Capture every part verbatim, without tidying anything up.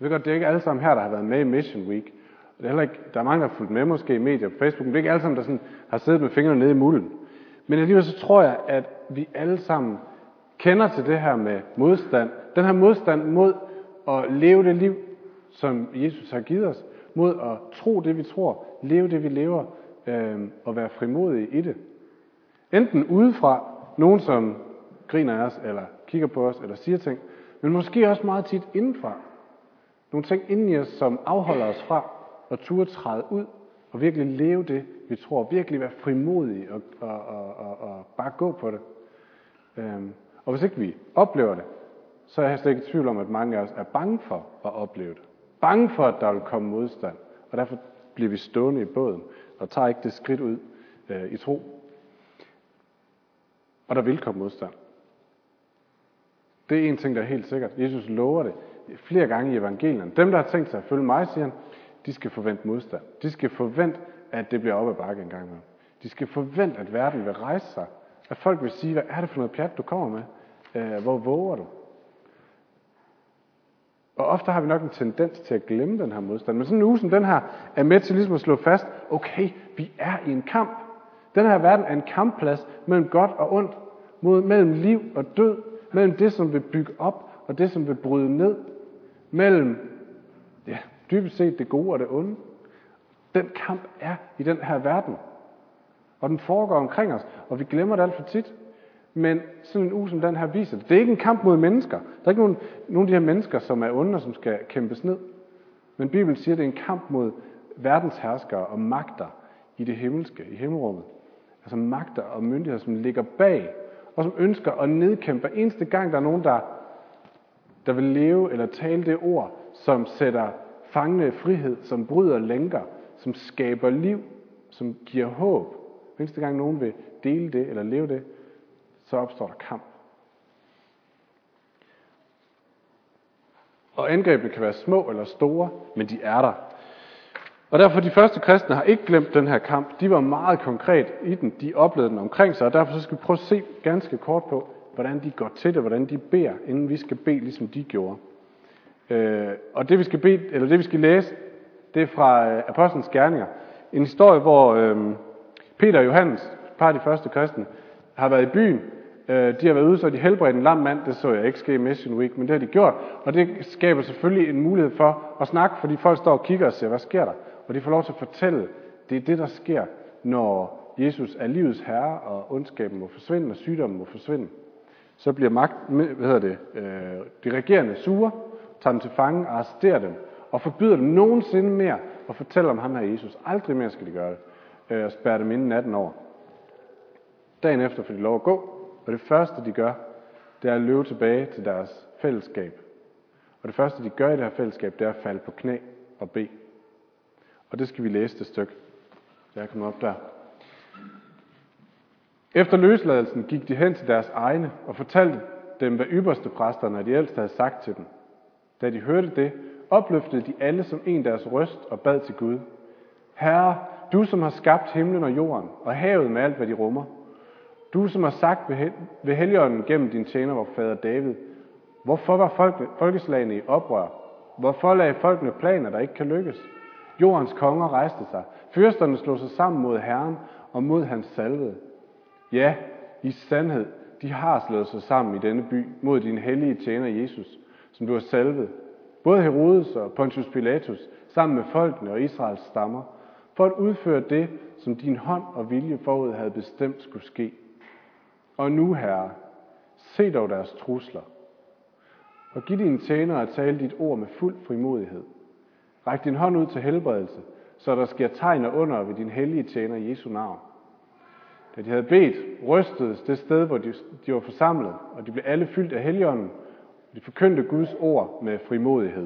Jeg ved godt, det er ikke alle sammen her, der har været med i Mission Week. Det er heller ikke, der er mange, der har fulgt med måske i medier på Facebook, men det er ikke alle sammen, der sådan har siddet med fingrene nede i mulden. Men alligevel så tror jeg, at vi alle sammen kender til det her med modstand. Den her modstand mod at leve det liv, som Jesus har givet os. Mod at tro det, vi tror. Leve det, vi lever. Øh, og være frimodige i det. Enten udefra, nogen som griner af os, eller kigger på os, eller siger ting. Men måske også meget tit indenfra. Nogle ting inden i os, som afholder os fra at turde træde ud. Og virkelig leve det, vi tror. Virkelig være frimodige og, og, og, og, og bare gå på det. Øhm, og hvis ikke vi oplever det, så er jeg slet ikke i tvivl om, at mange af os er bange for at opleve det. Bange for, at der vil komme modstand. Og derfor bliver vi stående i båden og tager ikke det skridt ud øh, i tro. Og der vil komme modstand. Det er en ting, der er helt sikkert. Jesus lover det flere gange i evangelierne. Dem, der har tænkt sig at følge mig, siger han, de skal forvente modstand. De skal forvente, at det bliver op ad bakke en gang med. De skal forvente, at verden vil rejse sig. At folk vil sige, hvad er det for noget pjat, du kommer med? Øh, hvor våger du? Og ofte har vi nok en tendens til at glemme den her modstand. Men sådan en uge som den her er med til ligesom at slå fast, okay, vi er i en kamp. Den her verden er en kampplads mellem godt og ondt. Mod, mellem liv og død. Mellem det, som vil bygge op og det, som vil bryde ned. Mellem, ja, dybest set det gode og det onde. Den kamp er i den her verden. Og den foregår omkring os, og vi glemmer det alt for tit. Men sådan en uge som den her viser det. Det er ikke en kamp mod mennesker. Der er ikke nogen, nogen af de her mennesker, som er onde, som skal kæmpes ned. Men Bibelen siger, at det er en kamp mod verdens herskere og magter i det himmelske, i himmelrummet. Altså magter og myndigheder, som ligger bag, og som ønsker at nedkæmpe hver eneste gang, der er nogen, der, der vil leve eller tale det ord, som sætter fangene i frihed, som bryder lænker, som skaber liv, som giver håb. Hver eneste gang nogen vil dele det eller leve det, så opstår der kamp. Og angrebene kan være små eller store, men de er der. Og derfor de første kristne har ikke glemt den her kamp. De var meget konkret i den. De oplevede den omkring sig, og derfor så skal vi prøve at se ganske kort på, hvordan de går til det, hvordan de beder, inden vi skal bede, ligesom de gjorde. Øh, og det vi skal bede, eller det vi skal læse, det er fra øh, Apostlenes Gerninger. En historie, hvor øh, Peter og Johannes, et par af de første kristne, har været i byen. De har været ude, så de helbredte en lam mand. Det så jeg ikke ske i Mission Week, men det har de gjort. Og det skaber selvfølgelig en mulighed for at snakke, fordi folk står og kigger og siger, hvad sker der? Og de får lov til at fortælle, det er det, der sker, når Jesus er livets herre, og ondskaben må forsvinde, og sygdommen må forsvinde. Så bliver magt, hvad hedder det, de regerende sure, tager dem til fange, arresterer dem, og forbyder dem nogensinde mere at fortælle om ham her Jesus. Aldrig mere skal de gøre det, og spærre dem inden natten over. Dagen efter får de lov at gå, og det første, de gør, det er at løbe tilbage til deres fællesskab. Og det første, de gør i det her fællesskab, det er at falde på knæ og bede. Og det skal vi læse det stykke. Jeg kommer op der. Efter løsladelsen gik de hen til deres egne og fortalte dem, hvad ypperste præsterne og de ældste havde sagt til dem. Da de hørte det, opløftede de alle som en deres røst og bad til Gud. Herre, du som har skabt himlen og jorden og havet med alt, hvad de rummer. Du som har sagt ved Helligånden gennem din tjener, vor fader David, hvorfor var folk, folkeslagene i oprør? Hvorfor lagde folkene planer, der ikke kan lykkes? Jordens konger rejste sig. Fyrsterne slog sig sammen mod Herren og mod hans salvede. Ja, i sandhed, de har slået sig sammen i denne by mod din hellige tjener Jesus, som du har salvet. Både Herodes og Pontius Pilatus, sammen med folkene og Israels stammer, for at udføre det, som din hånd og vilje forud havde bestemt skulle ske. Og nu, Herre, se dog deres trusler, og giv dine tjenere at tale dit ord med fuld frimodighed. Ræk din hånd ud til helbredelse, så der sker tegn og under ved din hellige tjener i Jesu navn. Da de havde bedt, rystedes det sted, hvor de, de var forsamlet, og de blev alle fyldt af Helligånden, og de forkyndte Guds ord med frimodighed.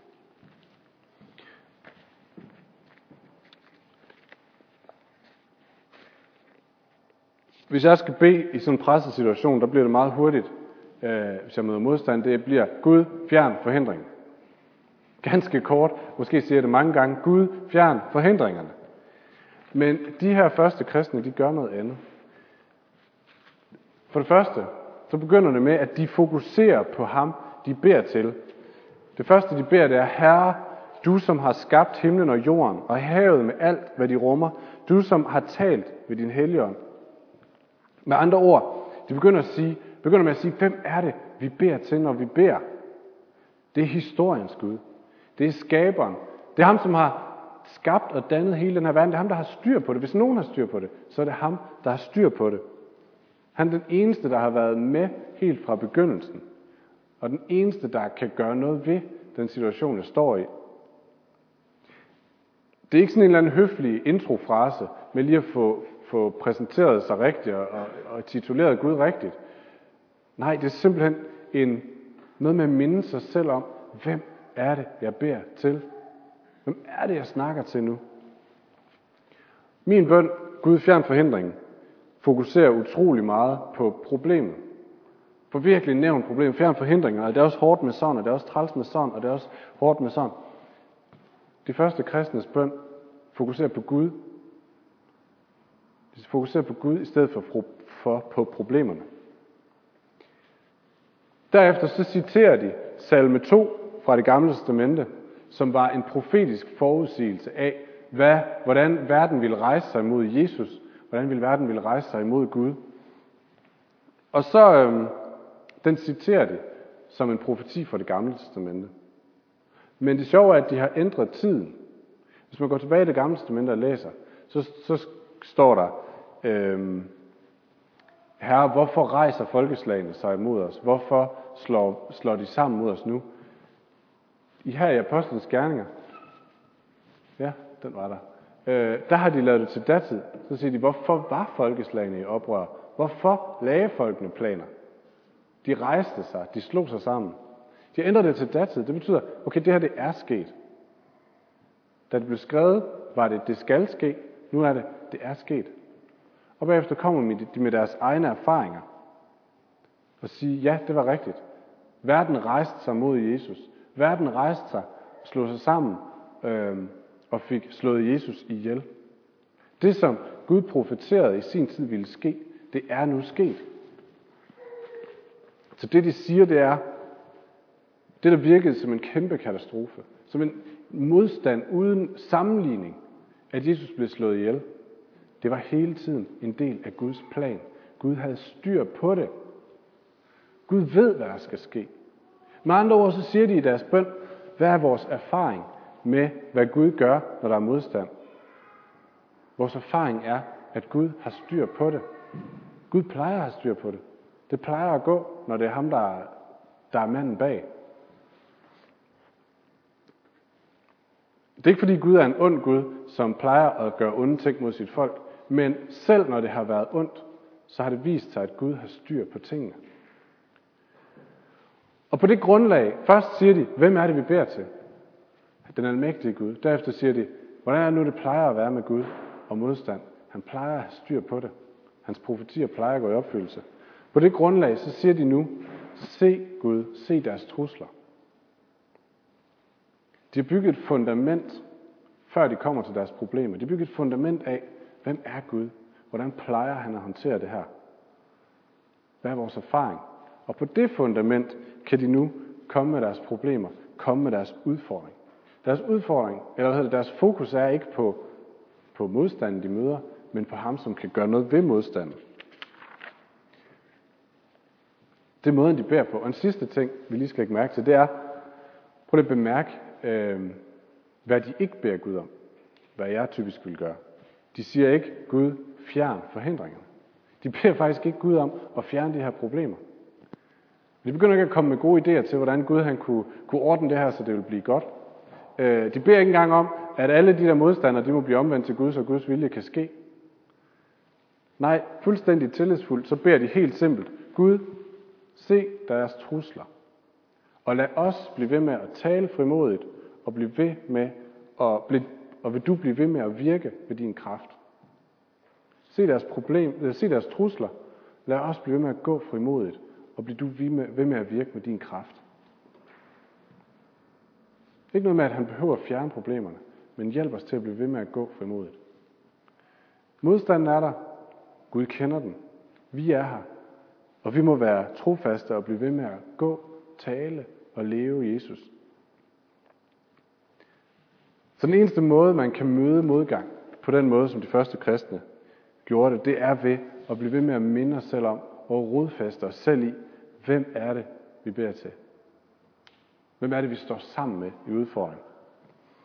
Hvis jeg skal bede i sådan en presset situation, der bliver det meget hurtigt, øh, hvis jeg møder modstand, det bliver Gud, fjern forhindringen. Ganske kort, måske siger jeg det mange gange, Gud, fjern forhindringerne. Men de her første kristne, de gør noget andet. For det første, så begynder det med, at de fokuserer på ham, de beder til. Det første, de beder, det er, Herre, du som har skabt himlen og jorden og havet med alt, hvad de rummer. Du som har talt ved din Helligånd. Med andre ord, de begynder, at sige, begynder med at sige, hvem er det, vi beder til, når vi beder? Det er historiens Gud. Det er skaberen. Det er ham, som har skabt og dannet hele den her verden. Det er ham, der har styr på det. Hvis nogen har styr på det, så er det ham, der har styr på det. Han er den eneste, der har været med helt fra begyndelsen. Og den eneste, der kan gøre noget ved den situation, jeg står i. Det er ikke sådan en eller anden høflig introfrase med lige at få, få præsenteret sig rigtigt og, og tituleret Gud rigtigt. Nej, det er simpelthen en, noget med at minde sig selv om, hvem er det, jeg beder til? Hvem er det, jeg snakker til nu? Min bøn, Gud fjern forhindringen, fokuserer utrolig meget på problemet. For virkelig nævnt problemet, fjern forhindringer, og det er også hårdt med sådan, og det er også træls med sådan, og det er også hårdt med sådan. De første kristnes bøn fokuserer på Gud. De fokuserer på Gud i stedet for, for på problemerne. Derefter så citerer de salme to fra det gamle testamente, som var en profetisk forudsigelse af, hvad, hvordan verden ville rejse sig imod Jesus, hvordan ville verden ville rejse sig imod Gud. Og så øhm, den citerer de som en profeti fra det gamle testamente. Men det sjove er, at de har ændret tiden. Hvis man går tilbage i det gamle testamente og læser, så, så står der, øhm, Herre, hvorfor rejser folkeslagene sig imod os? Hvorfor slår, slår de sammen mod os nu? I her i Apostlenes Gerninger, ja, den var der, øh, der har de lavet det til datid. Så siger de, hvorfor var folkeslagene i oprør? Hvorfor lagde folkene planer? De rejste sig, de slog sig sammen. De ændrede det til datid. Det betyder, okay, det her det er sket. Da det blev skrevet, var det, det skal ske. Nu er det, det er sket. Og bagefter kommer de med deres egne erfaringer og siger, ja, det var rigtigt. Verden rejste sig mod Jesus. Verden rejste sig, slog sig sammen øh, og fik slået Jesus ihjel. Det, som Gud profeterede i sin tid ville ske, det er nu sket. Så det, de siger, det er, det, der virkede som en kæmpe katastrofe, som en modstand uden sammenligning, at Jesus blev slået ihjel, det var hele tiden en del af Guds plan. Gud havde styr på det. Gud ved, hvad der skal ske. Med andre ord, så siger de i deres bøn, hvad er vores erfaring med, hvad Gud gør, når der er modstand? Vores erfaring er, at Gud har styr på det. Gud plejer at have styr på det. Det plejer at gå, når det er ham, der er, der er manden bag. Det er ikke fordi Gud er en ond Gud, som plejer at gøre onde ting mod sit folk, men selv når det har været ondt, så har det vist sig, at Gud har styr på tingene. Og på det grundlag, først siger de, hvem er det, vi beder til? Den almægtige Gud. Derefter siger de, hvordan er det nu, det plejer at være med Gud og modstand? Han plejer at have styr på det. Hans profetier plejer at gå i opfyldelse. På det grundlag, så siger de nu, se Gud, se deres trusler. De har bygget et fundament, før de kommer til deres problemer. De har bygget et fundament af, hvem er Gud? Hvordan plejer han at håndtere det her? Hvad er vores erfaring? Og på det fundament kan de nu komme med deres problemer, komme med deres udfordring. Deres udfordring, eller hvad hedder det, deres fokus er ikke på, på modstanden, de møder, men på ham, som kan gøre noget ved modstanden. Det er måden, de beder på. Og en sidste ting, vi lige skal lægge mærke til, det er, prøv at bemærke, øh, hvad de ikke beder Gud om. Hvad jeg typisk vil gøre. De siger ikke, Gud, fjern forhindringerne. De beder faktisk ikke Gud om at fjerne de her problemer. De begynder ikke at komme med gode idéer til, hvordan Gud han kunne, kunne ordne det her, så det ville blive godt. Øh, de beder ikke engang om, at alle de der modstandere, de må blive omvendt til Gud, så Guds vilje kan ske. Nej, fuldstændig tillidsfuldt, så beder de helt simpelt, Gud, se deres trusler. Og lad os blive ved med at tale frimodigt, og blive ved med at blive, og vil du blive ved med at virke ved din kraft. Se deres problem, se deres trusler, lad os blive ved med at gå frimodigt, og bliver du ved med at virke med din kraft. Ikke noget med, at han behøver at fjerne problemerne, men hjælp os til at blive ved med at gå frimodigt. Modstanden er der. Gud kender den. Vi er her. Og vi må være trofaste og blive ved med at gå, tale og leve Jesus. Så den eneste måde, man kan møde modgang på den måde, som de første kristne gjorde det, det er ved at blive ved med at minde os selv om og rodfæste os selv i, hvem er det, vi beder til? Hvem er det, vi står sammen med i udfordringen?